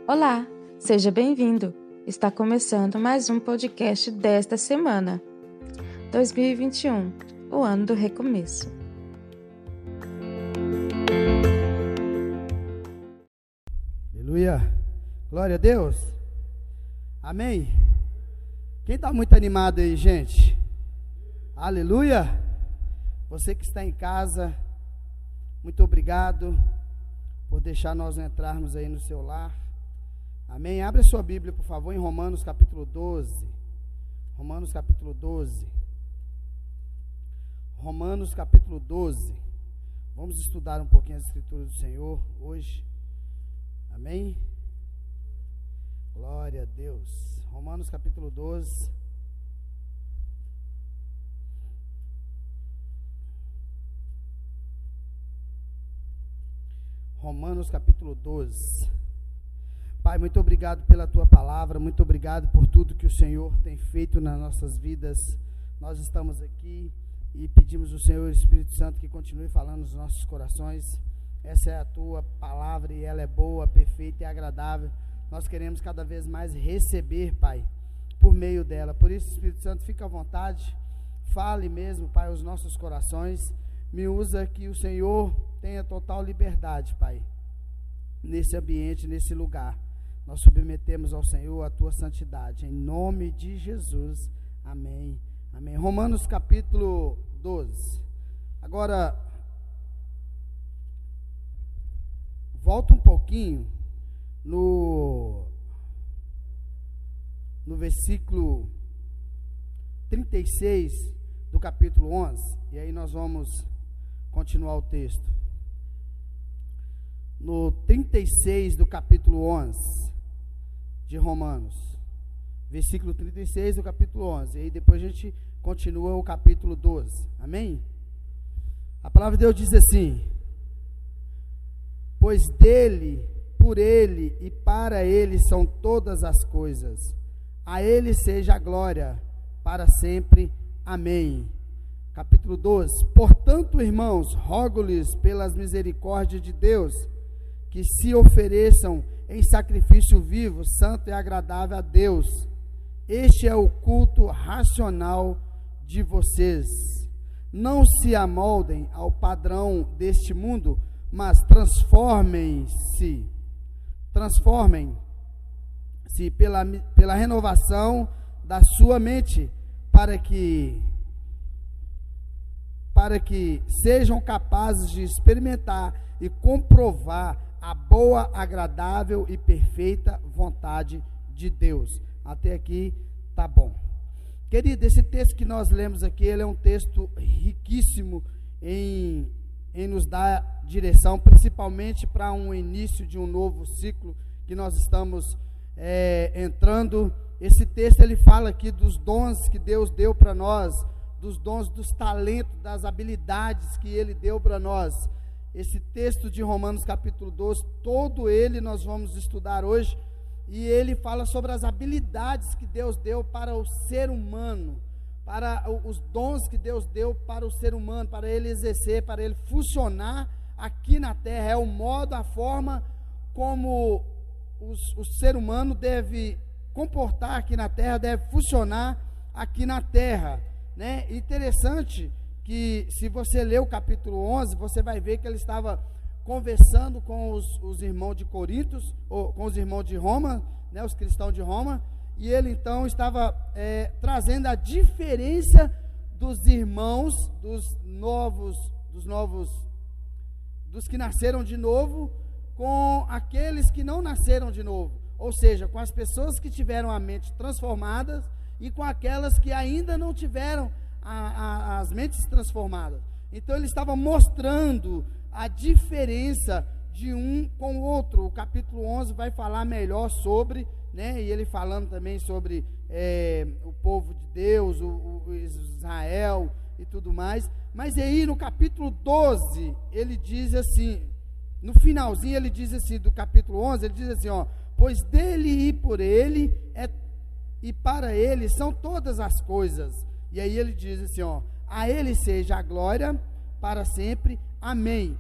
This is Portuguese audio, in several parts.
Olá, seja bem-vindo. Está começando mais um podcast desta semana. 2021, o ano do recomeço. Aleluia. Glória a Deus. Amém. Quem está muito animado aí, gente? Aleluia. Você que está em casa, muito obrigado por deixar nós entrarmos aí no seu lar. Amém. Abre a sua Bíblia, por favor, em Romanos capítulo 12. Romanos capítulo 12. Romanos capítulo 12. Vamos estudar um pouquinho as Escrituras do Senhor hoje. Amém. Glória a Deus. Romanos capítulo 12. Romanos capítulo 12. Pai, muito obrigado pela tua palavra, muito obrigado por tudo que o Senhor tem feito nas nossas vidas. Nós estamos aqui e pedimos ao Senhor Espírito Santo que continue falando nos nossos corações. Essa é a tua palavra e ela é boa, perfeita e agradável. Nós queremos cada vez mais receber, Pai, por meio dela. Por isso, Espírito Santo, fica à vontade, fale mesmo, Pai, os nossos corações. Me usa que o Senhor tenha total liberdade, Pai, nesse ambiente, nesse lugar. Nós submetemos ao Senhor a tua santidade, em nome de Jesus, amém, amém. Romanos capítulo 12, agora, volta um pouquinho no versículo 36 do capítulo 11, e aí nós vamos continuar o texto. No 36 do capítulo 11 de Romanos, versículo 36 do capítulo 11, e aí depois a gente continua o capítulo 12, amém? A palavra de Deus diz assim: pois dele, por ele e para ele são todas as coisas, a ele seja a glória para sempre, amém. Capítulo 12, portanto, irmãos, rogo-lhes pelas misericórdias de Deus, que se ofereçam em sacrifício vivo, santo e agradável a Deus. Este é o culto racional de vocês. Não se amoldem ao padrão deste mundo, mas transformem-se pela renovação da sua mente, para que sejam capazes de experimentar e comprovar a boa, agradável e perfeita vontade de Deus. Até aqui tá bom. Querido, esse texto que nós lemos aqui, ele é um texto riquíssimo em nos dar direção, principalmente para um início de um novo ciclo que nós estamos entrando. Esse texto, ele fala aqui dos dons que Deus deu para nós, dos dons, dos talentos, das habilidades que ele deu para nós. Esse texto de Romanos capítulo 12, todo ele nós vamos estudar hoje, e ele fala sobre as habilidades que Deus deu para o ser humano, para os dons que Deus deu para o ser humano, para ele exercer, para ele funcionar aqui na terra. É o modo, a forma como o ser humano deve comportar aqui na terra, deve funcionar aqui na terra, né? Interessante que, se você ler o capítulo 11, você vai ver que ele estava conversando com os irmãos de Corinto, ou com os irmãos de Roma, né, os cristãos de Roma, e ele então estava trazendo a diferença dos irmãos, dos que nasceram de novo, com aqueles que não nasceram de novo, ou seja, com as pessoas que tiveram a mente transformada e com aquelas que ainda não tiveram as mentes transformadas. Então ele estava mostrando a diferença de um com o outro. O capítulo 11 vai falar melhor sobre, né, e ele falando também sobre o povo de Deus, o Israel e tudo mais. Mas aí no capítulo 12, ele diz assim, no finalzinho ele diz assim, do capítulo 11, ele diz assim, pois dele e por ele e para ele são todas as coisas. E aí ele diz assim, a ele seja a glória para sempre, amém.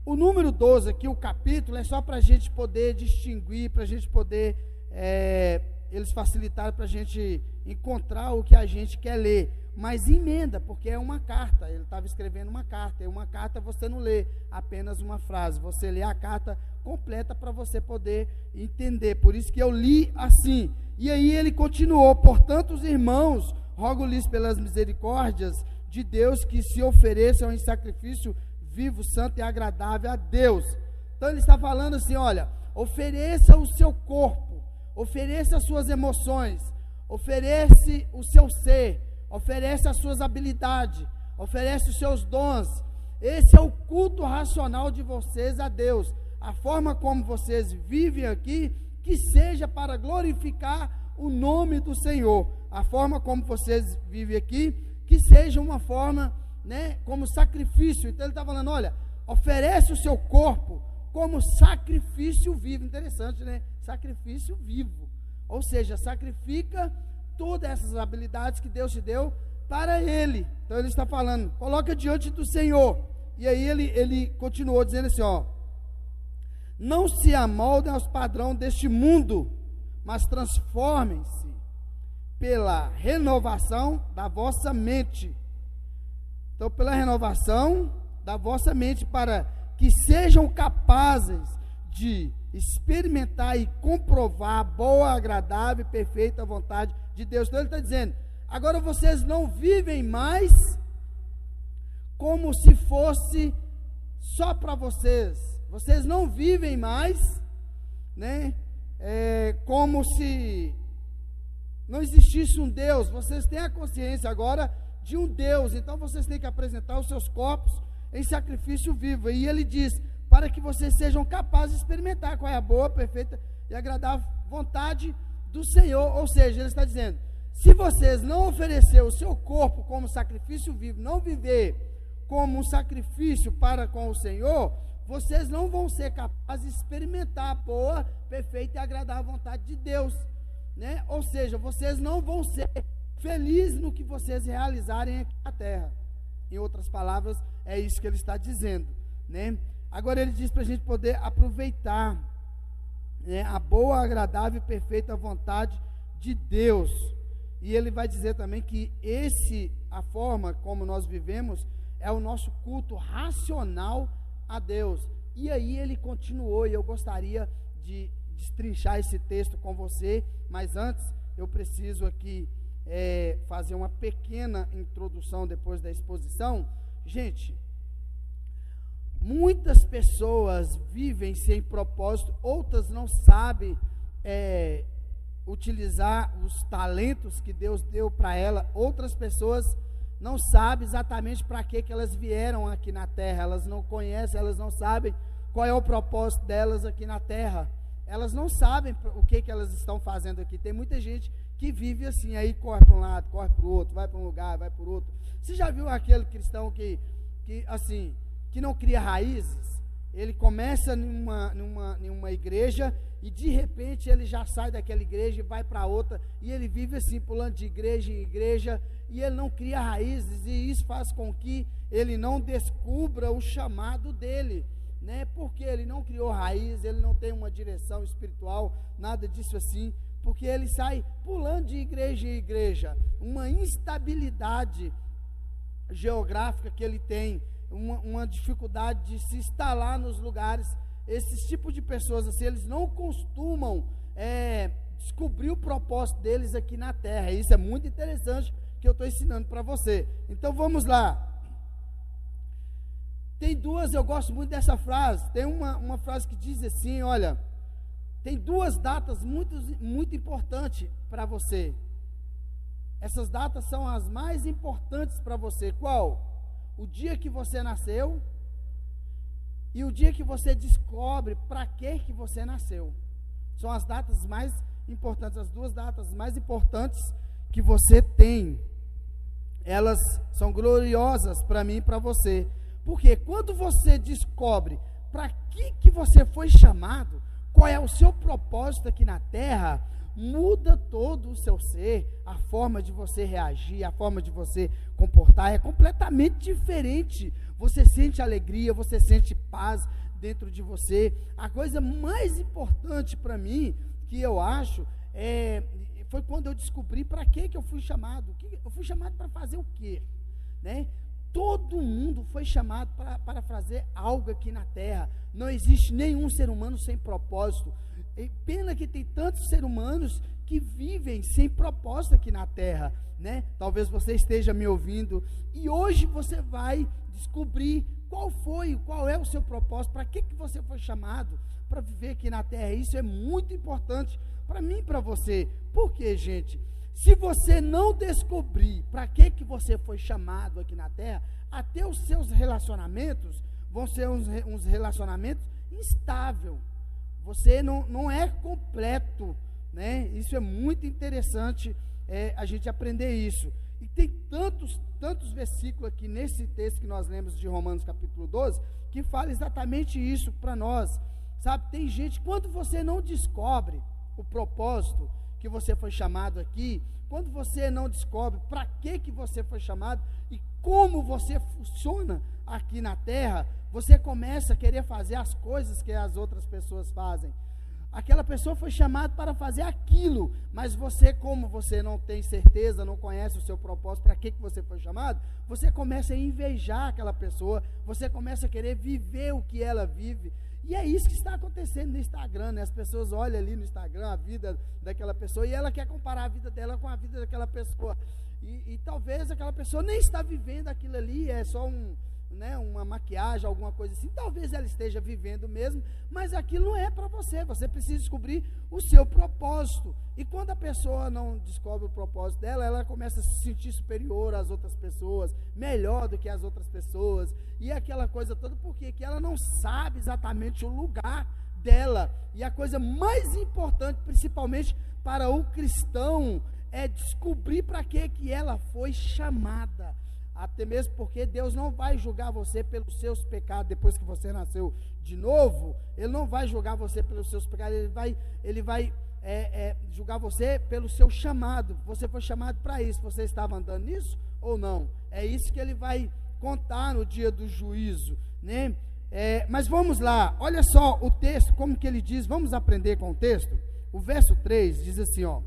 O número 12 aqui, o capítulo, é só para a gente poder distinguir, para a gente poder, eles facilitaram para a gente encontrar o que a gente quer ler. Mas emenda, porque é uma carta, ele estava escrevendo uma carta, e uma carta você não lê apenas uma frase, você lê a carta completa para você poder entender. Por isso que eu li assim. E aí ele continuou: portanto, os irmãos, rogo-lhes pelas misericórdias de Deus que se ofereçam em sacrifício vivo, santo e agradável a Deus. Então ele está falando assim: olha, ofereça o seu corpo, ofereça as suas emoções, oferece o seu ser, oferece as suas habilidades, oferece os seus dons. Esse é o culto racional de vocês a Deus. A forma como vocês vivem aqui, que seja para glorificar o nome do Senhor. A forma como vocês vivem aqui, que seja uma forma, como sacrifício. Então ele está falando: olha, oferece o seu corpo como sacrifício vivo. Interessante, né? Sacrifício vivo. Ou seja, sacrifica todas essas habilidades que Deus te deu para Ele. Então ele está falando: coloca diante do Senhor. E aí ele continuou dizendo assim, ó: não se amoldem aos padrões deste mundo, mas transformem-se pela renovação da vossa mente. Então, pela renovação da vossa mente, para que sejam capazes de experimentar e comprovar a boa, agradável e perfeita vontade de Deus. Então ele está dizendo: agora vocês não vivem mais como se fosse só para vocês. Vocês não vivem mais, como se não existisse um Deus. Vocês têm a consciência agora de um Deus. Então vocês têm que apresentar os seus corpos em sacrifício vivo. E ele diz: para que vocês sejam capazes de experimentar qual é a boa, perfeita e agradável vontade do Senhor. Ou seja, ele está dizendo: se vocês não oferecer o seu corpo como sacrifício vivo, não viver como um sacrifício para com o Senhor, vocês não vão ser capazes de experimentar a boa, perfeita e agradável vontade de Deus, Ou seja, vocês não vão ser felizes no que vocês realizarem aqui na terra. Em outras palavras, é isso que ele está dizendo, Agora ele diz para a gente poder aproveitar, a boa, agradável e perfeita vontade de Deus. E ele vai dizer também que a forma como nós vivemos é o nosso culto racional a Deus. E aí ele continuou, e eu gostaria de destrinchar esse texto com você, mas antes eu preciso aqui fazer uma pequena introdução depois da exposição. Gente, muitas pessoas vivem sem propósito, outras não sabem utilizar os talentos que Deus deu para ela, outras pessoas não sabem exatamente para que elas vieram aqui na terra, elas não conhecem, elas não sabem qual é o propósito delas aqui na terra, elas não sabem o que elas estão fazendo aqui. Tem muita gente que vive assim, aí corre para um lado, corre para o outro, vai para um lugar, vai para o outro. Você já viu aquele cristão que não cria raízes? Ele começa numa igreja e de repente ele já sai daquela igreja e vai para outra, e ele vive assim, pulando de igreja em igreja, e ele não cria raízes, e isso faz com que ele não descubra o chamado dele, porque ele não criou raiz, ele não tem uma direção espiritual, nada disso assim, porque ele sai pulando de igreja em igreja, uma instabilidade geográfica que ele tem, uma dificuldade de se instalar nos lugares. Esses tipos de pessoas assim, eles não costumam descobrir o propósito deles aqui na terra. Isso é muito interessante que eu estou ensinando para você. Então vamos lá. Tem duas, eu gosto muito dessa frase. Tem uma frase que diz assim, olha: tem duas datas muito importantes para você. Essas datas são as mais importantes para você. Qual? O dia que você nasceu e o dia que você descobre para que você nasceu. São as datas mais importantes, as duas datas mais importantes que você tem. Elas são gloriosas para mim e para você. Porque quando você descobre para que você foi chamado, qual é o seu propósito aqui na terra, muda todo o seu ser, a forma de você reagir, a forma de você comportar é completamente diferente. Você sente alegria, você sente paz dentro de você. A coisa mais importante para mim, que eu acho, foi quando eu descobri para que eu fui chamado. Eu fui chamado para fazer o quê? Né? Todo mundo foi chamado para fazer algo aqui na terra. Não existe nenhum ser humano sem propósito. E pena que tem tantos seres humanos que vivem sem propósito aqui na terra, né? Talvez você esteja me ouvindo e hoje você vai descobrir qual é o seu propósito, para que você foi chamado para viver aqui na terra. Isso é muito importante para mim e para você. Por quê, gente? Se você não descobrir para que você foi chamado aqui na terra, até os seus relacionamentos vão ser uns relacionamentos instáveis. Você não é completo, né? Isso é muito interessante, a gente aprender isso. E tem tantos versículos aqui nesse texto que nós lemos de Romanos capítulo 12, que fala exatamente isso para nós. Sabe, tem gente, quando você não descobre o propósito que você foi chamado aqui, quando você não descobre para que você foi chamado e como você funciona aqui na terra, você começa a querer fazer as coisas que as outras pessoas fazem. Aquela pessoa foi chamada para fazer aquilo, mas você, como você não tem certeza, não conhece o seu propósito, para que você foi chamado, você começa a invejar aquela pessoa, você começa a querer viver o que ela vive. E é isso que está acontecendo no Instagram, né? As pessoas olham ali no Instagram a vida daquela pessoa e ela quer comparar a vida dela com a vida daquela pessoa. E talvez aquela pessoa nem está vivendo aquilo ali, é só uma maquiagem, alguma coisa assim. Talvez ela esteja vivendo mesmo, mas aquilo não é para você. Você precisa descobrir o seu propósito. E quando a pessoa não descobre o propósito dela, ela começa a se sentir superior às outras pessoas, melhor do que as outras pessoas, e aquela coisa toda, porque ela não sabe exatamente o lugar dela. E a coisa mais importante, principalmente para o cristão, é descobrir para que ela foi chamada. Até mesmo porque Deus não vai julgar você pelos seus pecados depois que você nasceu de novo. Ele não vai julgar você pelos seus pecados, ele vai julgar você pelo seu chamado. Você foi chamado para isso, você estava andando nisso ou não? É isso que ele vai contar no dia do juízo, né? Mas vamos lá, olha só o texto, como que ele diz, vamos aprender com o texto. O verso 3 diz assim, ó: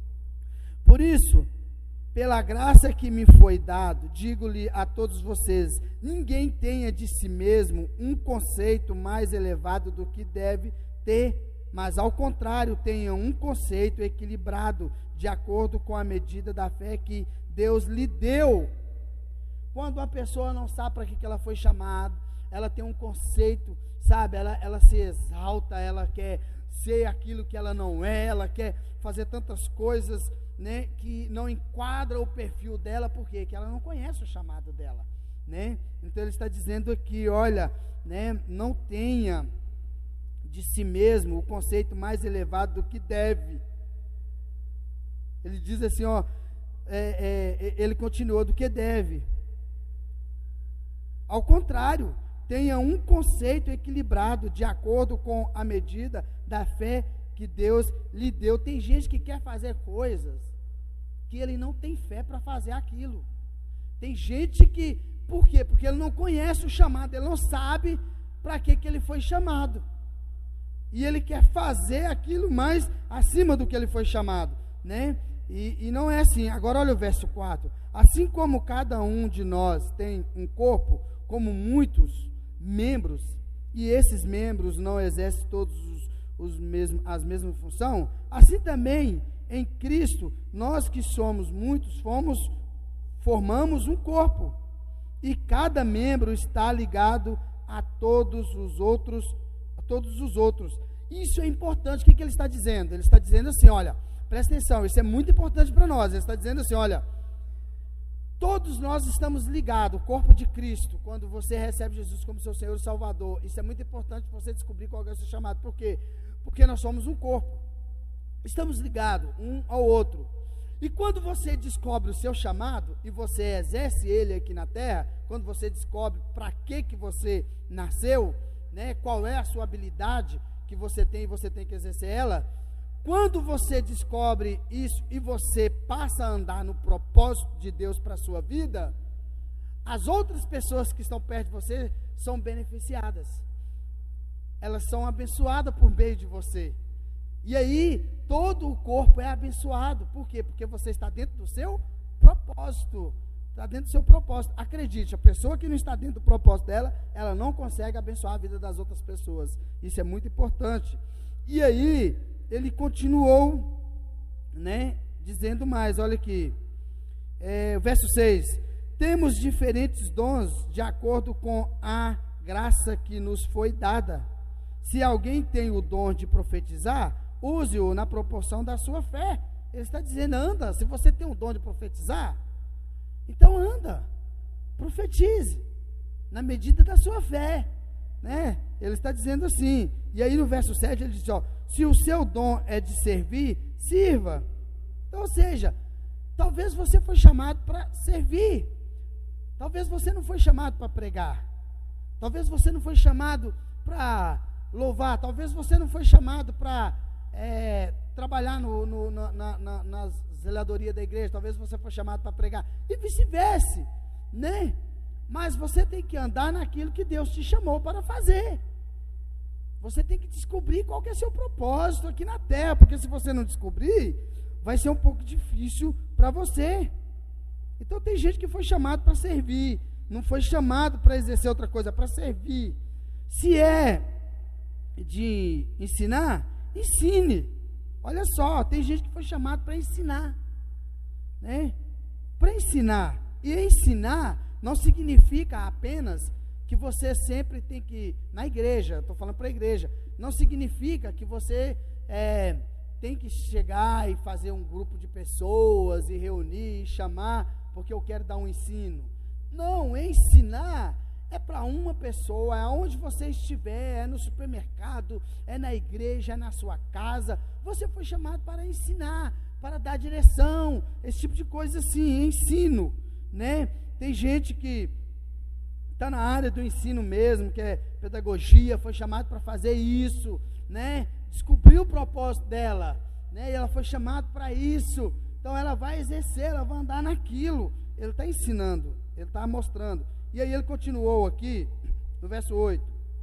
por isso, pela graça que me foi dado, digo-lhe a todos vocês, ninguém tenha de si mesmo um conceito mais elevado do que deve ter, mas ao contrário, tenha um conceito equilibrado, de acordo com a medida da fé que Deus lhe deu. Quando uma pessoa não sabe para que ela foi chamada, ela tem um conceito, sabe, ela se exalta, ela quer ser aquilo que ela não é, ela quer fazer tantas coisas, né, que não enquadra o perfil dela. Por quê? Porque ela não conhece o chamado dela, né? Então ele está dizendo aqui, olha, né, não tenha de si mesmo o conceito mais elevado do que deve. Ele diz assim, ó, ele continuou, do que deve. Ao contrário, tenha um conceito equilibrado, de acordo com a medida da fé que Deus lhe deu. Tem gente que quer fazer coisas que ele não tem fé para fazer aquilo. Tem gente que, por quê? Porque ele não conhece o chamado, ele não sabe para que ele foi chamado. E ele quer fazer aquilo mais acima do que ele foi chamado, né? E não é assim. Agora olha o verso 4. Assim como cada um de nós tem um corpo, como muitos membros, e esses membros não exercem todos as mesmas funções, assim também em Cristo, nós que somos muitos, formamos um corpo, e cada membro está ligado a todos os outros. Isso é importante. O que ele está dizendo? Ele está dizendo assim, olha, presta atenção, isso é muito importante para nós. Ele está dizendo assim, olha, todos nós estamos ligados, o corpo de Cristo, quando você recebe Jesus como seu Senhor e Salvador. Isso é muito importante você descobrir qual é o seu chamado. Por quê? Porque nós somos um corpo, estamos ligados um ao outro. E quando você descobre o seu chamado e você exerce ele aqui na terra, quando você descobre para que você nasceu, né, qual é a sua habilidade que você tem e você tem que exercer ela, Quando você descobre isso e você passa a andar no propósito de Deus para a sua vida, as outras pessoas que estão perto de você são beneficiadas. Elas são abençoadas por meio de você. E aí, todo o corpo é abençoado. Por quê? Porque você está dentro do seu propósito. Está dentro do seu propósito. Acredite, a pessoa que não está dentro do propósito dela, ela não consegue abençoar a vida das outras pessoas. Isso é muito importante. E aí, ele continuou, né, dizendo mais. Olha aqui, verso 6. Temos diferentes dons de acordo com a graça que nos foi dada. Se alguém tem o dom de profetizar, use-o na proporção da sua fé. Ele está dizendo, anda. Se você tem o dom de profetizar, então anda, profetize, na medida da sua fé, né? Ele está dizendo assim. E aí no verso 7 ele diz, ó, se o seu dom é de servir, sirva. Então, ou seja, talvez você foi chamado para servir. Talvez você não foi chamado para pregar. Talvez você não foi chamado para louvar. Talvez você não foi chamado para trabalhar na zeladoria da igreja. Talvez você foi chamado para pregar. E vice-versa, né? Mas você tem que andar naquilo que Deus te chamou para fazer. Você tem que descobrir qual que é seu propósito aqui na terra. Porque se você não descobrir, vai ser um pouco difícil para você. Então tem gente que foi chamado para servir, não foi chamado para exercer outra coisa, para servir. Se é de ensinar, ensine. Olha só, tem gente que foi chamado para ensinar, né? Para ensinar. E ensinar não significa apenas que você sempre tem que, na igreja, estou falando para a igreja, não significa que você tem que chegar e fazer um grupo de pessoas e reunir e chamar porque eu quero dar um ensino. Não, ensinar é para uma pessoa, é aonde você estiver, é no supermercado, é na igreja, é na sua casa. Você foi chamado para ensinar, para dar direção, esse tipo de coisa assim, ensino, né? Tem gente que está na área do ensino mesmo, que é pedagogia, foi chamado para fazer isso, né? Descobriu o propósito dela, né? E ela foi chamada para isso. Então ela vai exercer, ela vai andar naquilo. Ele está ensinando, ele está mostrando. E aí ele continuou aqui, no verso 8.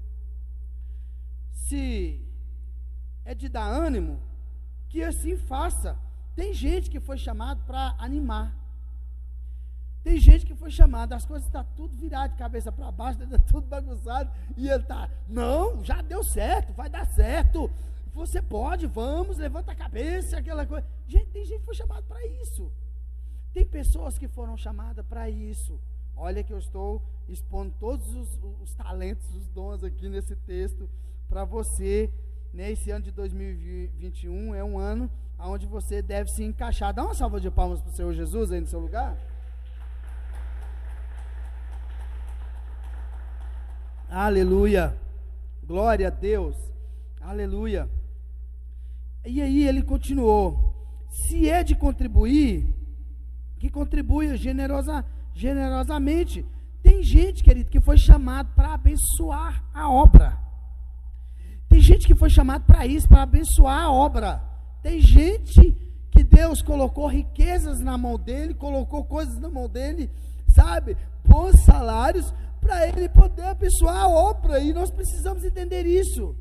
Se é de dar ânimo, que assim faça. Tem gente que foi chamado para animar. Tem gente que foi chamado, as coisas estão tudo virado de cabeça para baixo, está tudo bagunçado. E ele está, não, já deu certo, vai dar certo. Você pode, vamos, levanta a cabeça, aquela coisa. Gente, tem gente que foi chamada para isso. Tem pessoas que foram chamadas para isso. Olha que eu estou expondo todos os talentos, os dons aqui nesse texto para você, né? Esse ano de 2021 é um ano onde você deve se encaixar. Dá uma salva de palmas para o Senhor Jesus aí no seu lugar. Aleluia. Glória a Deus. Aleluia. E aí ele continuou. Se é de contribuir, que contribua generosamente. Tem gente, querido, que foi chamado para abençoar a obra. Tem gente que foi chamado para isso, para abençoar a obra. Tem gente que Deus colocou riquezas na mão dele, colocou coisas na mão dele, sabe? Bons salários, para ele poder abençoar a obra. E nós precisamos entender isso.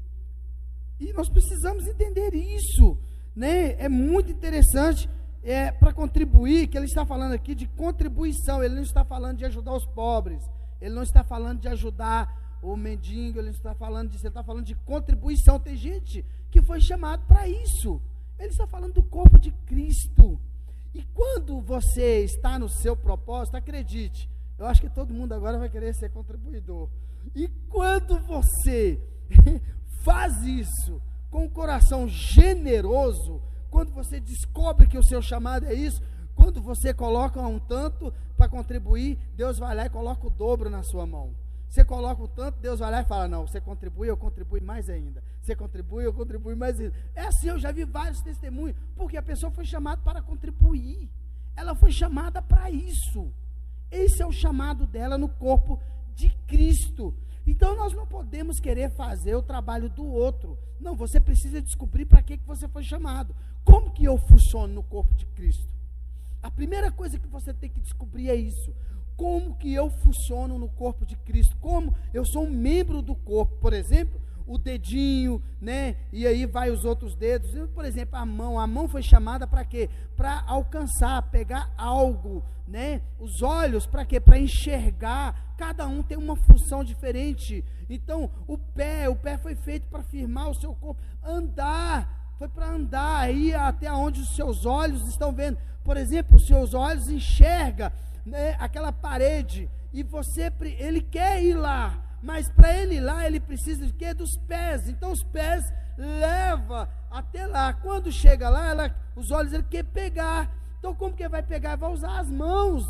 Né? É muito interessante. Para contribuir, que ele está falando aqui de contribuição. Ele não está falando de ajudar os pobres, ele não está falando de ajudar o mendigo, ele não está falando disso, ele está falando de contribuição. Tem gente que foi chamado para isso. Ele está falando do corpo de Cristo. E quando você está no seu propósito, acredite, eu acho que todo mundo agora vai querer ser contribuidor. E quando você faz isso com um coração generoso, quando você descobre que o seu chamado é isso, quando você coloca um tanto para contribuir, Deus vai lá e coloca o dobro na sua mão. Você coloca o tanto, Deus vai lá e fala, não, você contribui, eu contribuo mais ainda. Você contribui, eu contribuo mais ainda. É assim, eu já vi vários testemunhos, porque a pessoa foi chamada para contribuir. Ela foi chamada para isso. Esse é o chamado dela no corpo de Cristo. Então nós não podemos podemos querer fazer o trabalho do outro. Não, você precisa descobrir para que você foi chamado. Como que eu funciono no corpo de Cristo? A primeira coisa que você tem que descobrir é isso. Como que eu funciono no corpo de Cristo? Como eu sou um membro do corpo, por exemplo, o dedinho, né? E aí vai os outros dedos. Por exemplo, a mão foi chamada para quê? Para alcançar, pegar algo, né? Os olhos, para quê? Para enxergar. Cada um tem uma função diferente. Então, o pé foi feito para firmar o seu corpo. Andar, foi para andar, ir até onde os seus olhos estão vendo. Por exemplo, os seus olhos enxergam, né, aquela parede, e ele quer ir lá, mas para ele ir lá, ele precisa de quê? Dos pés. Então os pés levam até lá. Quando chega lá, os olhos ele quer pegar. Então como que ele vai pegar? Vai usar as mãos.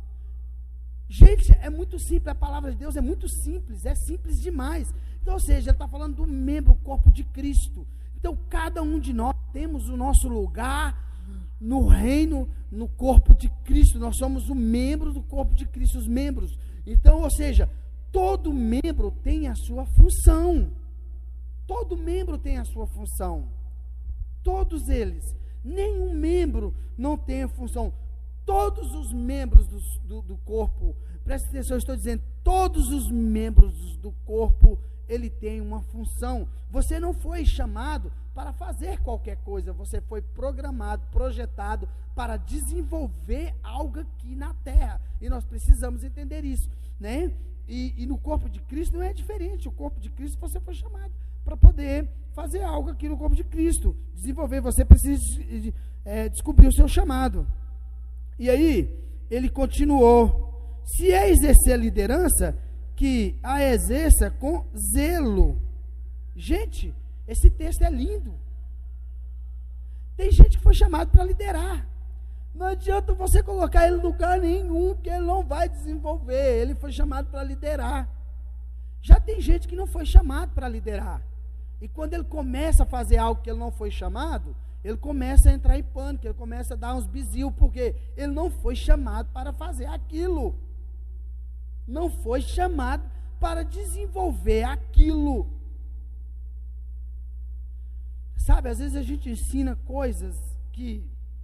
Gente, é muito simples, a palavra de Deus é muito simples, é simples demais. Então, ou seja, ele está falando do membro, o corpo de Cristo. Então cada um de nós temos o nosso lugar no reino, no corpo de Cristo. Nós somos o membro do corpo de Cristo, os membros. Então, ou seja, todo membro tem a sua função. Todo membro tem a sua função. Todos eles. Nenhum membro não tem a função. Todos os membros do corpo, presta atenção, eu estou dizendo, todos os membros do corpo, ele tem uma função. Você não foi chamado para fazer qualquer coisa, você foi programado, projetado para desenvolver algo aqui na terra, e nós precisamos entender isso, né? E no corpo de Cristo não é diferente. O corpo de Cristo, você foi chamado para poder fazer algo aqui no corpo de Cristo, desenvolver. Você precisa descobrir o seu chamado. E aí, ele continuou: se é exercer a liderança, que a exerça com zelo. Gente, esse texto é lindo. Tem gente que foi chamado para liderar. Não adianta você colocar ele em lugar nenhum, que ele não vai desenvolver. Ele foi chamado para liderar. Já tem gente que não foi chamado para liderar. E quando ele começa a fazer algo que ele não foi chamado, ele começa a entrar em pânico, ele começa a dar uns bizil, porque ele não foi chamado para fazer aquilo. Não foi chamado para desenvolver aquilo. Sabe, às vezes a gente ensina coisas que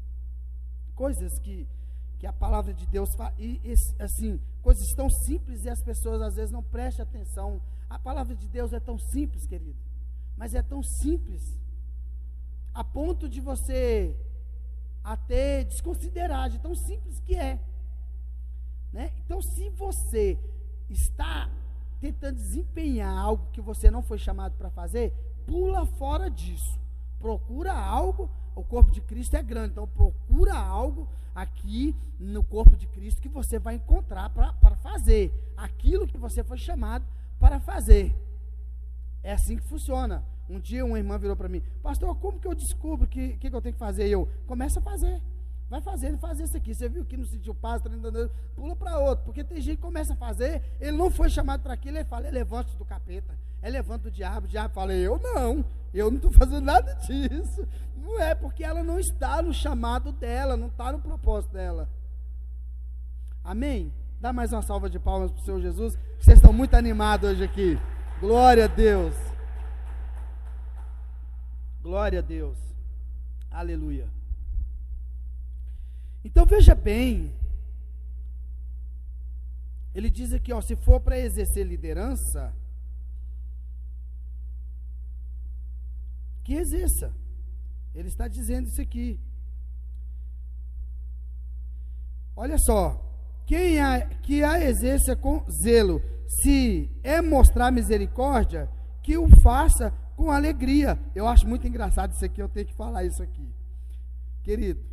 a palavra de Deus fala, e assim, coisas tão simples, e as pessoas às vezes não prestam atenção. A palavra de Deus é tão simples, querido, mas é tão simples, a ponto de você até desconsiderar, de tão simples que é, né? Então, se você está tentando desempenhar algo que você não foi chamado para fazer, pula fora disso, procura algo. O corpo de Cristo é grande, então procura algo aqui no corpo de Cristo que você vai encontrar para fazer aquilo que você foi chamado para fazer. É assim que funciona. Um dia uma irmã virou para mim: pastor, como que eu descubro que eu tenho que fazer? E eu: começa a fazer, vai fazendo, fazer isso aqui. Você viu que não sentiu paz, pula para outro, porque tem gente que começa a fazer, ele não foi chamado para aquilo, ele fala: é levante do capeta, é levante do diabo. O diabo fala: eu não estou fazendo nada disso. Não é, porque ela não está no chamado dela, não está no propósito dela. Amém? Dá mais uma salva de palmas para o Senhor Jesus, vocês estão muito animados hoje aqui. Glória a Deus. Glória a Deus. Aleluia. Então veja bem, ele diz aqui, ó, se for para exercer liderança, que exerça. Ele está dizendo isso aqui. Olha só, que a exerça com zelo, se é mostrar misericórdia, que o faça com alegria. Eu acho muito engraçado isso aqui, eu tenho que falar isso aqui. Querido,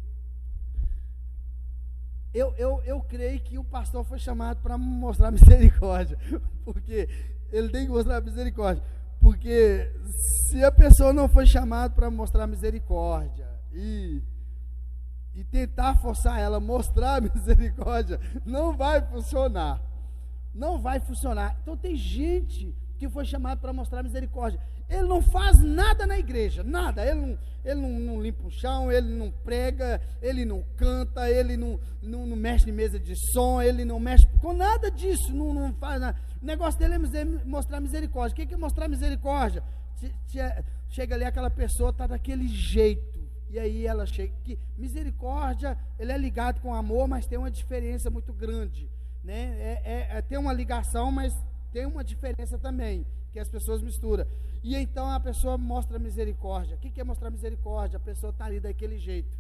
eu creio que o pastor foi chamado para mostrar misericórdia, porque ele tem que mostrar misericórdia, porque se a pessoa não foi chamada para mostrar misericórdia e tentar forçar ela a mostrar misericórdia, não vai funcionar. Não vai funcionar. Então tem gente que foi chamado para mostrar misericórdia. Ele não faz nada na igreja, nada. Ele não limpa o chão, ele não prega, ele não canta, ele não mexe em mesa de som, ele não mexe com nada disso, não faz nada. O negócio dele é mostrar misericórdia. O que é mostrar misericórdia? Chega ali, aquela pessoa está daquele jeito, e aí ela chega, que misericórdia, ele é ligado com amor, mas tem uma diferença muito grande, né? Tem uma ligação, mas tem uma diferença também, que as pessoas misturam. E então a pessoa mostra misericórdia. O que é mostrar misericórdia? A pessoa está ali daquele jeito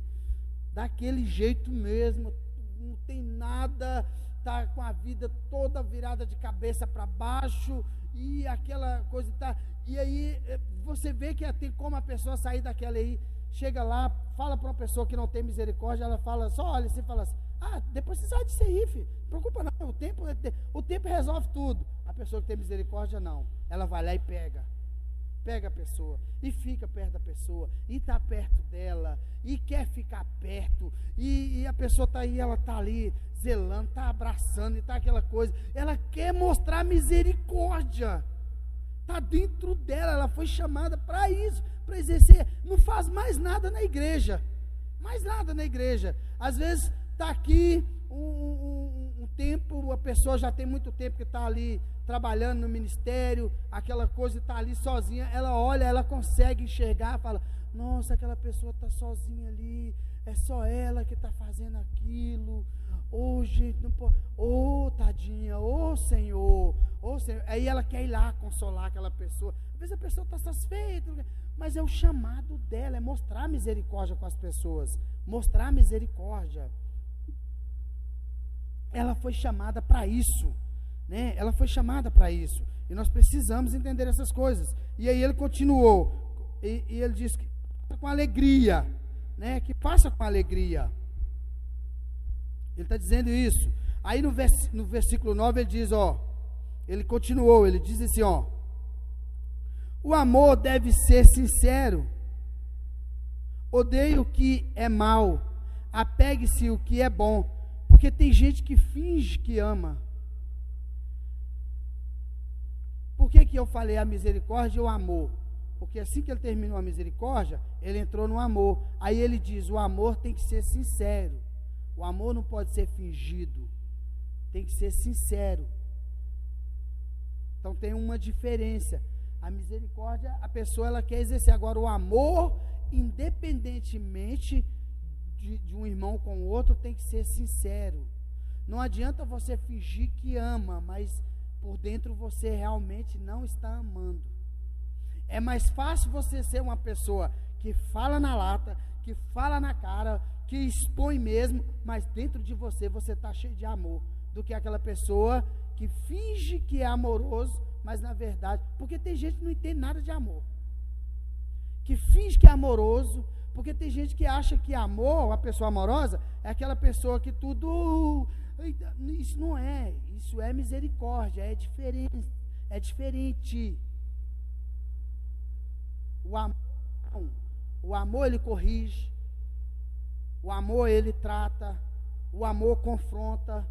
mesmo, não tem nada, está com a vida toda virada de cabeça para baixo, e aquela coisa está. E aí você vê que tem como a pessoa sair daquela aí, chega lá, fala para uma pessoa que não tem misericórdia, ela fala, só olha assim e fala assim, depois você sai disso aí, filho, não preocupa não, o tempo resolve tudo. A pessoa que tem misericórdia não, ela vai lá e pega a pessoa, e fica perto da pessoa, e está perto dela, e quer ficar perto, e a pessoa está aí, ela está ali, zelando, está abraçando, e está aquela coisa, ela quer mostrar misericórdia, está dentro dela, ela foi chamada para isso, para exercer, não faz mais nada na igreja, às vezes está aqui um tempo, a pessoa já tem muito tempo que está ali trabalhando no ministério, aquela coisa, está ali sozinha, ela olha, ela consegue enxergar, fala, nossa, aquela pessoa está sozinha ali, é só ela que está fazendo aquilo, gente, não pode, tadinha, Senhor, aí ela quer ir lá consolar aquela pessoa, às vezes a pessoa está satisfeita, mas é o chamado dela, é mostrar misericórdia com as pessoas, mostrar misericórdia. Ela foi chamada para isso, né? Ela foi chamada para isso, e nós precisamos entender essas coisas. E aí ele continuou, e ele diz que com alegria, né? Que passa com alegria. Ele está dizendo isso. Aí no versículo 9 ele diz, ele continuou, ele diz assim, o amor deve ser sincero, odeie o que é mal, apegue-se o que é bom, porque tem gente que finge que ama. Por que eu falei a misericórdia e o amor? Porque assim que ele terminou a misericórdia, ele entrou no amor. Aí ele diz, o amor tem que ser sincero. O amor não pode ser fingido. Tem que ser sincero. Então tem uma diferença. A misericórdia, a pessoa ela quer exercer. Agora o amor, independentemente de um irmão com o outro, tem que ser sincero. Não adianta você fingir que ama, mas por dentro você realmente não está amando. É mais fácil você ser uma pessoa que fala na lata, que fala na cara, que expõe mesmo, mas dentro de você está cheio de amor, do que aquela pessoa que finge que é amoroso, mas na verdade, porque tem gente que não entende nada de amor, que finge que é amoroso, porque tem gente que acha que amor, uma pessoa amorosa, é aquela pessoa que tudo, isso não é, isso é misericórdia, é diferente. O amor ele corrige, o amor ele trata, o amor confronta,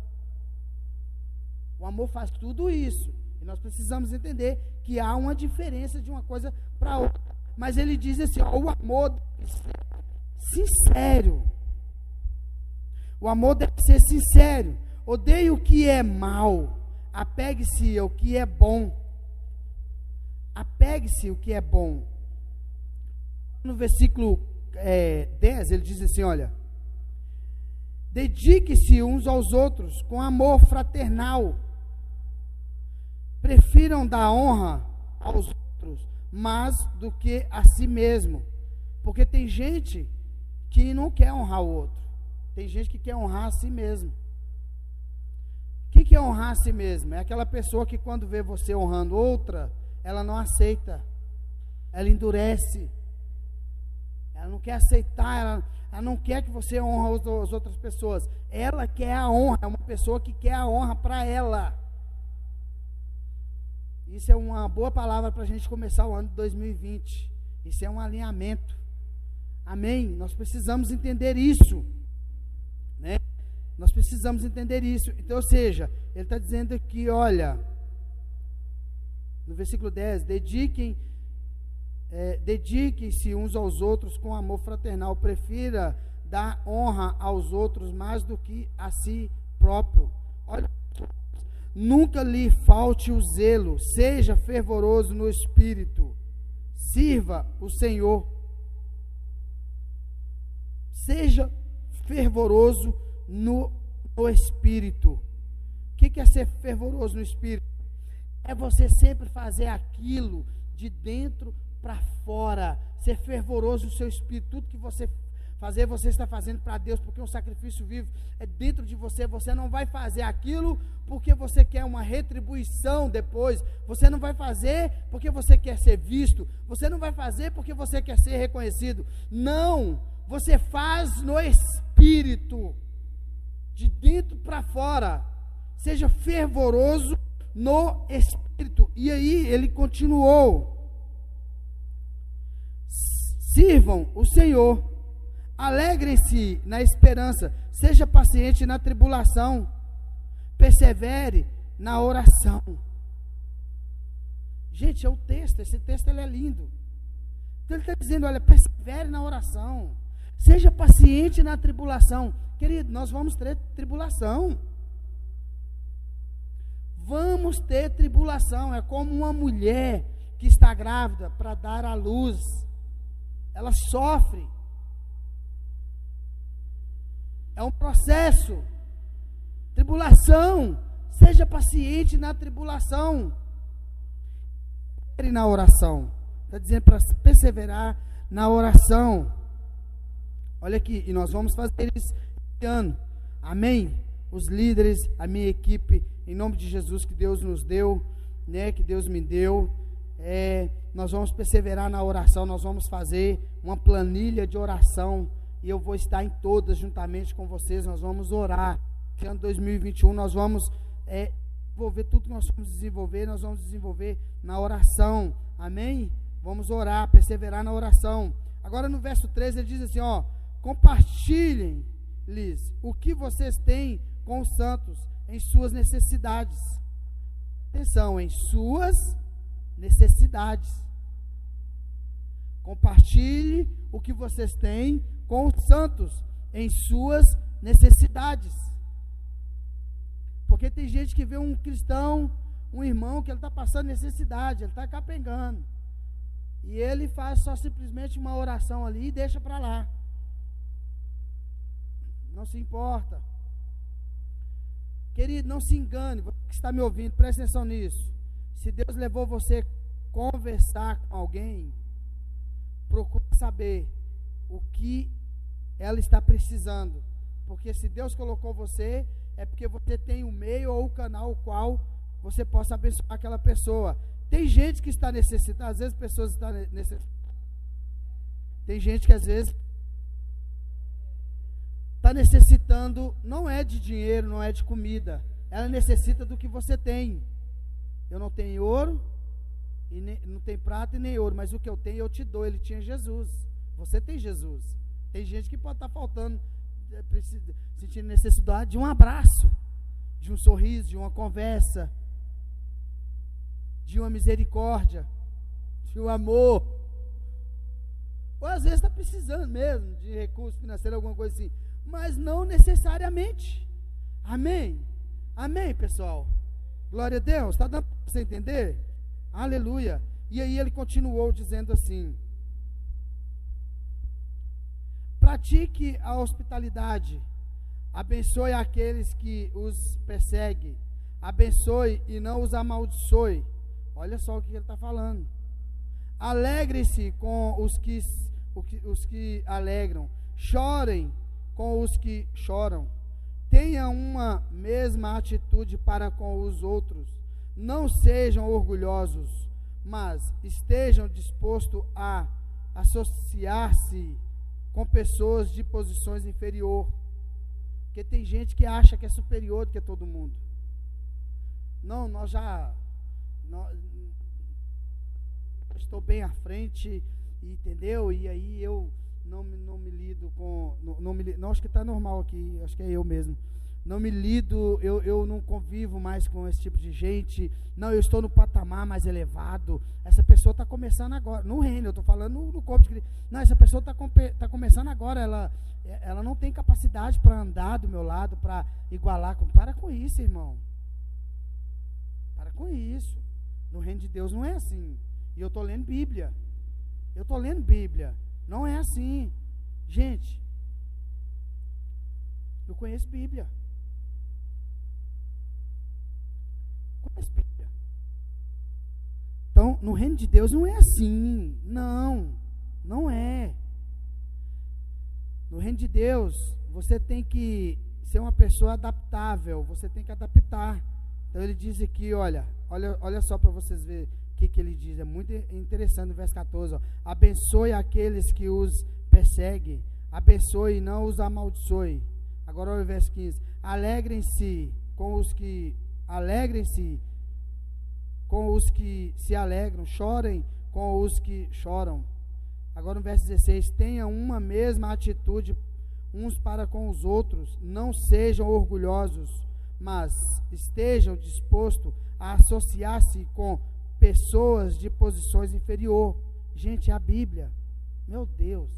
o amor faz tudo isso, e nós precisamos entender que há uma diferença de uma coisa para outra. Mas ele diz assim, o amor deve ser sincero. O amor deve ser sincero. Odeie o que é mal. Apegue-se ao que é bom. Apegue-se ao que é bom. No versículo 10, ele diz assim, olha, dedique-se uns aos outros com amor fraternal. Prefiram dar honra aos outros mais do que a si mesmo, porque tem gente que não quer honrar o outro, tem gente que quer honrar a si mesmo. O que é honrar a si mesmo? É aquela pessoa que quando vê você honrando outra, ela não aceita, ela endurece, ela não quer aceitar, ela não quer que você honre as outras pessoas, ela quer a honra, é uma pessoa que quer a honra para ela. Isso é uma boa palavra para a gente começar o ano de 2020. Isso é um alinhamento. Amém? Nós precisamos entender isso, né? Nós precisamos entender isso. Então, ou seja, ele está dizendo aqui, olha, No versículo 10, dediquem-se uns aos outros com amor fraternal, prefira dar honra aos outros mais do que a si próprio. Olha, nunca lhe falte o zelo, seja fervoroso no espírito, sirva o Senhor. Seja fervoroso no espírito. O que é ser fervoroso no espírito? É você sempre fazer aquilo de dentro para fora, ser fervoroso no seu espírito. Tudo que você fazer, você está fazendo para Deus, porque um sacrifício vivo é dentro de você. Você não vai fazer aquilo porque você quer uma retribuição depois. Você não vai fazer porque você quer ser visto. Você não vai fazer porque você quer ser reconhecido. Não, você faz no espírito, de dentro para fora. Seja fervoroso no espírito. E aí ele continuou: sirvam o Senhor, alegrem-se na esperança, seja paciente na tribulação, persevere na oração. Gente, é o texto, esse texto ele é lindo. Então ele está dizendo, olha, persevere na oração, seja paciente na tribulação. Querido, nós vamos ter tribulação. Vamos ter tribulação. É como uma mulher que está grávida para dar à luz. Ela sofre. É um processo. Tribulação. Seja paciente na tribulação. E na oração. Está dizendo para perseverar na oração. Olha aqui, e nós vamos fazer isso esse ano. Amém? Os líderes, a minha equipe, em nome de Jesus, que Deus nos deu, né, que Deus me deu, nós vamos perseverar na oração. Nós vamos fazer uma planilha de oração, e eu vou estar em todas, juntamente com vocês. Nós vamos orar. Esse ano 2021, nós vamos desenvolver tudo que nós vamos desenvolver, nós vamos desenvolver na oração, amém? Vamos orar, perseverar na oração. Agora no verso 13 ele diz assim, ó: compartilhem-lhes o que vocês têm com os santos em suas necessidades. Atenção, em suas necessidades. Compartilhe o que vocês têm com os santos em suas necessidades. Porque tem gente que vê um cristão, um irmão, que ele está passando necessidade, ele está capengando. E ele faz só simplesmente uma oração ali e deixa para lá. Não se importa. Querido, não se engane, você que está me ouvindo, preste atenção nisso. Se Deus levou você a conversar com alguém, procure saber o que ela está precisando. Porque se Deus colocou você, é porque você tem o meio ou o canal o qual você possa abençoar aquela pessoa. Tem gente que está necessitada, às vezes pessoas estão necessitadas. Tem gente que às vezes está necessitando, não é de dinheiro, não é de comida. Ela necessita do que você tem. Eu não tenho ouro, e não tenho prata e nem ouro, mas o que eu tenho eu te dou. Ele tinha Jesus. Você tem Jesus. Tem gente que pode estar faltando, sentindo necessidade de um abraço, de um sorriso, de uma conversa, de uma misericórdia, de um amor. Ou às vezes está precisando mesmo de recurso financeiro, alguma coisa assim. Mas não necessariamente. Amém? Amém, pessoal? Glória a Deus. Está dando para você entender? Aleluia. E aí ele continuou dizendo assim: pratique a hospitalidade, abençoe aqueles que os perseguem, abençoe e não os amaldiçoe. Olha só o que ele está falando. Alegre-se com os que alegram, chorem com os que choram. Tenha uma mesma atitude para com os outros. Não sejam orgulhosos, mas estejam dispostos a associar-se com pessoas de posições inferior. Porque tem gente que acha que é superior do que todo mundo. Não, estou bem à frente, entendeu? E aí eu não me lido com... Não, acho que está normal aqui, acho que é eu mesmo. não me lido, eu não convivo mais com esse tipo de gente, não, eu estou no patamar mais elevado. Essa pessoa está começando agora, no reino, eu estou falando no corpo de Cristo. Não, essa pessoa está começando agora, ela não tem capacidade para andar do meu lado, para igualar. Para com isso, irmão. Para com isso. No reino de Deus não é assim. E eu estou lendo Bíblia. Não é assim. Gente, eu conheço Bíblia. Então, no reino de Deus não é assim. Não é. No reino de Deus, você tem que ser uma pessoa adaptável, você tem que adaptar. Então ele diz aqui, olha só para vocês verem o que ele diz. É muito interessante no verso 14. Ó. Abençoe aqueles que os perseguem, abençoe e não os amaldiçoe. Agora olha o verso 15. Alegrem-se com os que se alegram, chorem com os que choram. Agora no verso 16, tenham uma mesma atitude uns para com os outros, não sejam orgulhosos, mas estejam dispostos a associar-se com pessoas de posições inferior. Gente, é a Bíblia, meu Deus,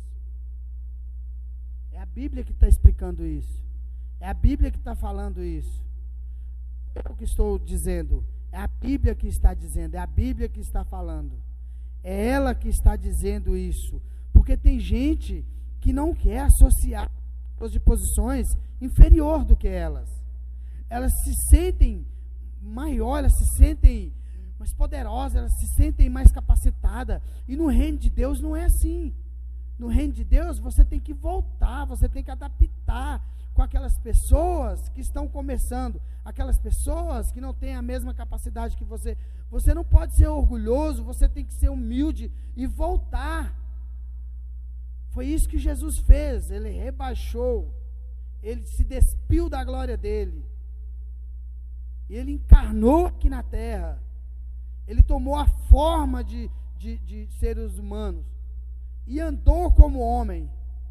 é a Bíblia que está explicando isso, é a Bíblia que está falando isso. É o que estou dizendo, é a Bíblia que está dizendo, é a Bíblia que está falando. É ela que está dizendo isso. Porque tem gente que não quer associar pessoas de posições inferior do que elas. Elas se sentem maior, elas se sentem mais poderosas, elas se sentem mais capacitadas. E no reino de Deus não é assim. No reino de Deus você tem que voltar, você tem que adaptar com aquelas pessoas que estão começando, aquelas pessoas que não têm a mesma capacidade que você. Você não pode ser orgulhoso, você tem que ser humilde e voltar. Foi isso que Jesus fez, ele rebaixou, ele se despiu da glória dele, ele encarnou aqui na terra, ele tomou a forma de seres humanos e andou como homem.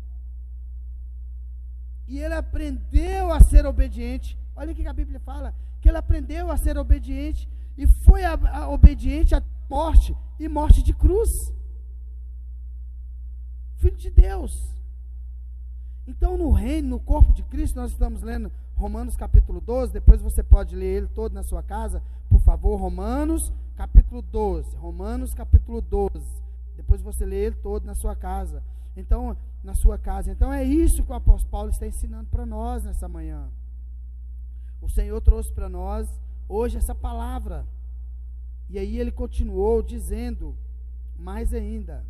E ele aprendeu a ser obediente. Olha o que a Bíblia fala, que ele aprendeu a ser obediente e foi obediente à morte, e morte de cruz. Filho de Deus. Então no reino, no corpo de Cristo, nós estamos lendo Romanos capítulo 12, depois você pode ler ele todo na sua casa, por favor, Romanos capítulo 12, depois você lê ele todo na sua casa. Então, na sua casa. Então é isso que o apóstolo Paulo está ensinando para nós nessa manhã. O Senhor trouxe para nós hoje essa palavra. E aí ele continuou dizendo mais ainda.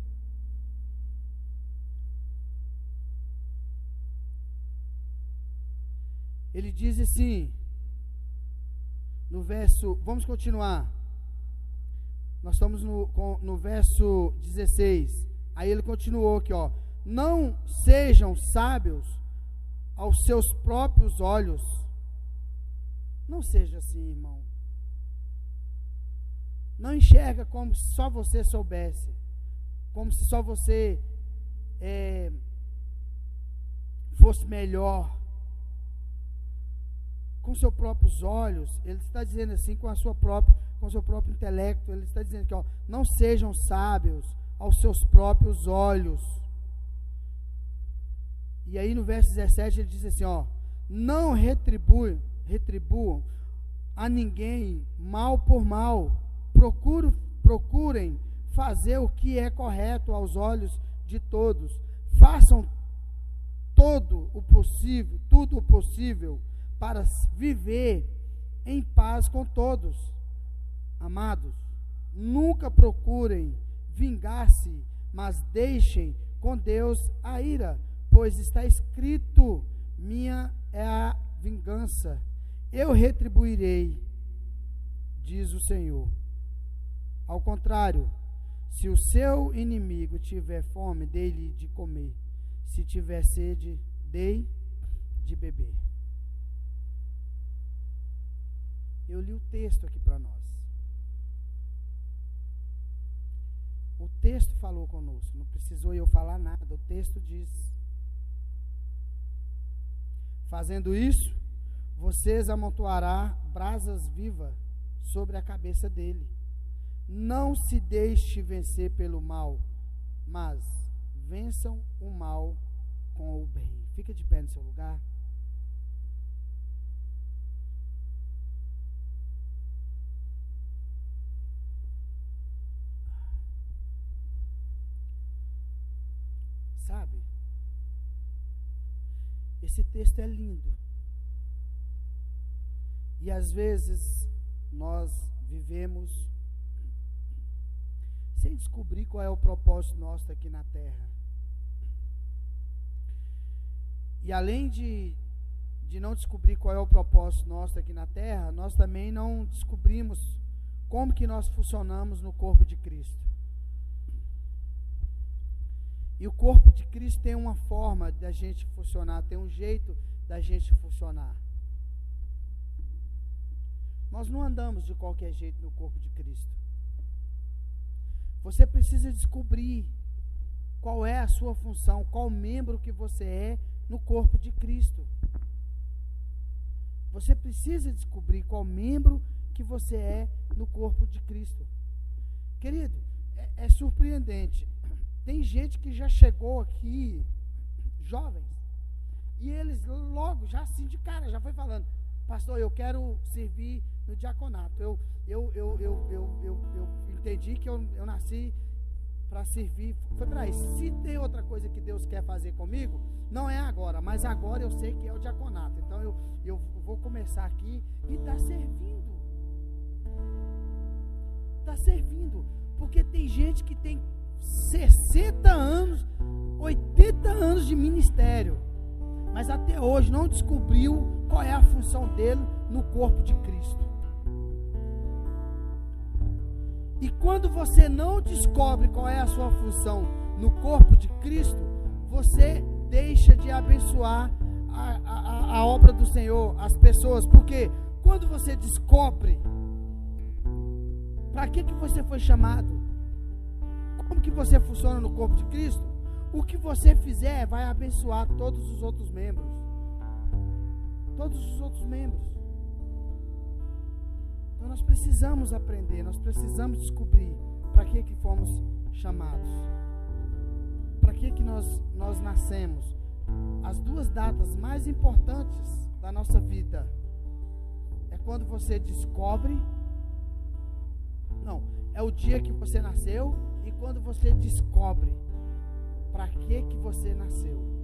Ele diz assim, no verso, vamos continuar. Nós estamos no verso 16. Aí ele continuou aqui, ó. Não sejam sábios aos seus próprios olhos. Não seja assim, irmão. Não enxerga como se só você soubesse, como se só você fosse melhor. Com seus próprios olhos, ele está dizendo assim, com seu próprio intelecto, ele está dizendo que, ó, não sejam sábios aos seus próprios olhos. E aí no verso 17 ele diz assim, ó, não retribuam a ninguém mal por mal, procurem fazer o que é correto aos olhos de todos, façam tudo o possível para viver em paz com todos. Amados, nunca procurem vingar-se, mas deixem com Deus a ira, pois está escrito, minha é a vingança, eu retribuirei, diz o Senhor. Ao contrário, se o seu inimigo tiver fome, dê-lhe de comer, se tiver sede, dê de beber. Eu li o texto aqui para nós. O texto falou conosco, não precisou eu falar nada, o texto diz. Fazendo isso, vocês amontoará brasas vivas sobre a cabeça dele. Não se deixe vencer pelo mal, mas vençam o mal com o bem. Fica de pé no seu lugar. Sabe? Esse texto é lindo. E às vezes nós vivemos sem descobrir qual é o propósito nosso aqui na terra. E além de não descobrir qual é o propósito nosso aqui na terra, nós também não descobrimos como que nós funcionamos no corpo de Cristo. E o corpo de Cristo tem uma forma da gente funcionar, tem um jeito da gente funcionar. Nós não andamos de qualquer jeito no corpo de Cristo. Você precisa descobrir qual é a sua função, qual membro que você é no corpo de Cristo. Você precisa descobrir qual membro que você é no corpo de Cristo. Querido, é surpreendente. Tem gente que já chegou aqui, jovens, e eles logo, já assim de cara, já foi falando: pastor, eu quero servir no diaconato. Eu entendi que eu nasci para servir. Foi para isso. Se tem outra coisa que Deus quer fazer comigo, não é agora, mas agora eu sei que é o diaconato. Então eu vou começar aqui e está servindo. Está servindo. Porque tem gente que tem 60 anos, 80 anos de ministério, mas até hoje não descobriu qual é a função dele no corpo de Cristo. E quando você não descobre qual é a sua função no corpo de Cristo, você deixa de abençoar a obra do Senhor, as pessoas. Porque quando você descobre para que você foi chamado, como que você funciona no corpo de Cristo, o que você fizer vai abençoar todos os outros membros. Todos os outros membros. Então nós precisamos aprender, nós precisamos descobrir para que fomos chamados. Para que nós nascemos. As duas datas mais importantes da nossa vida é quando você descobre. Não, é o dia que você nasceu e quando você descobre para que você nasceu.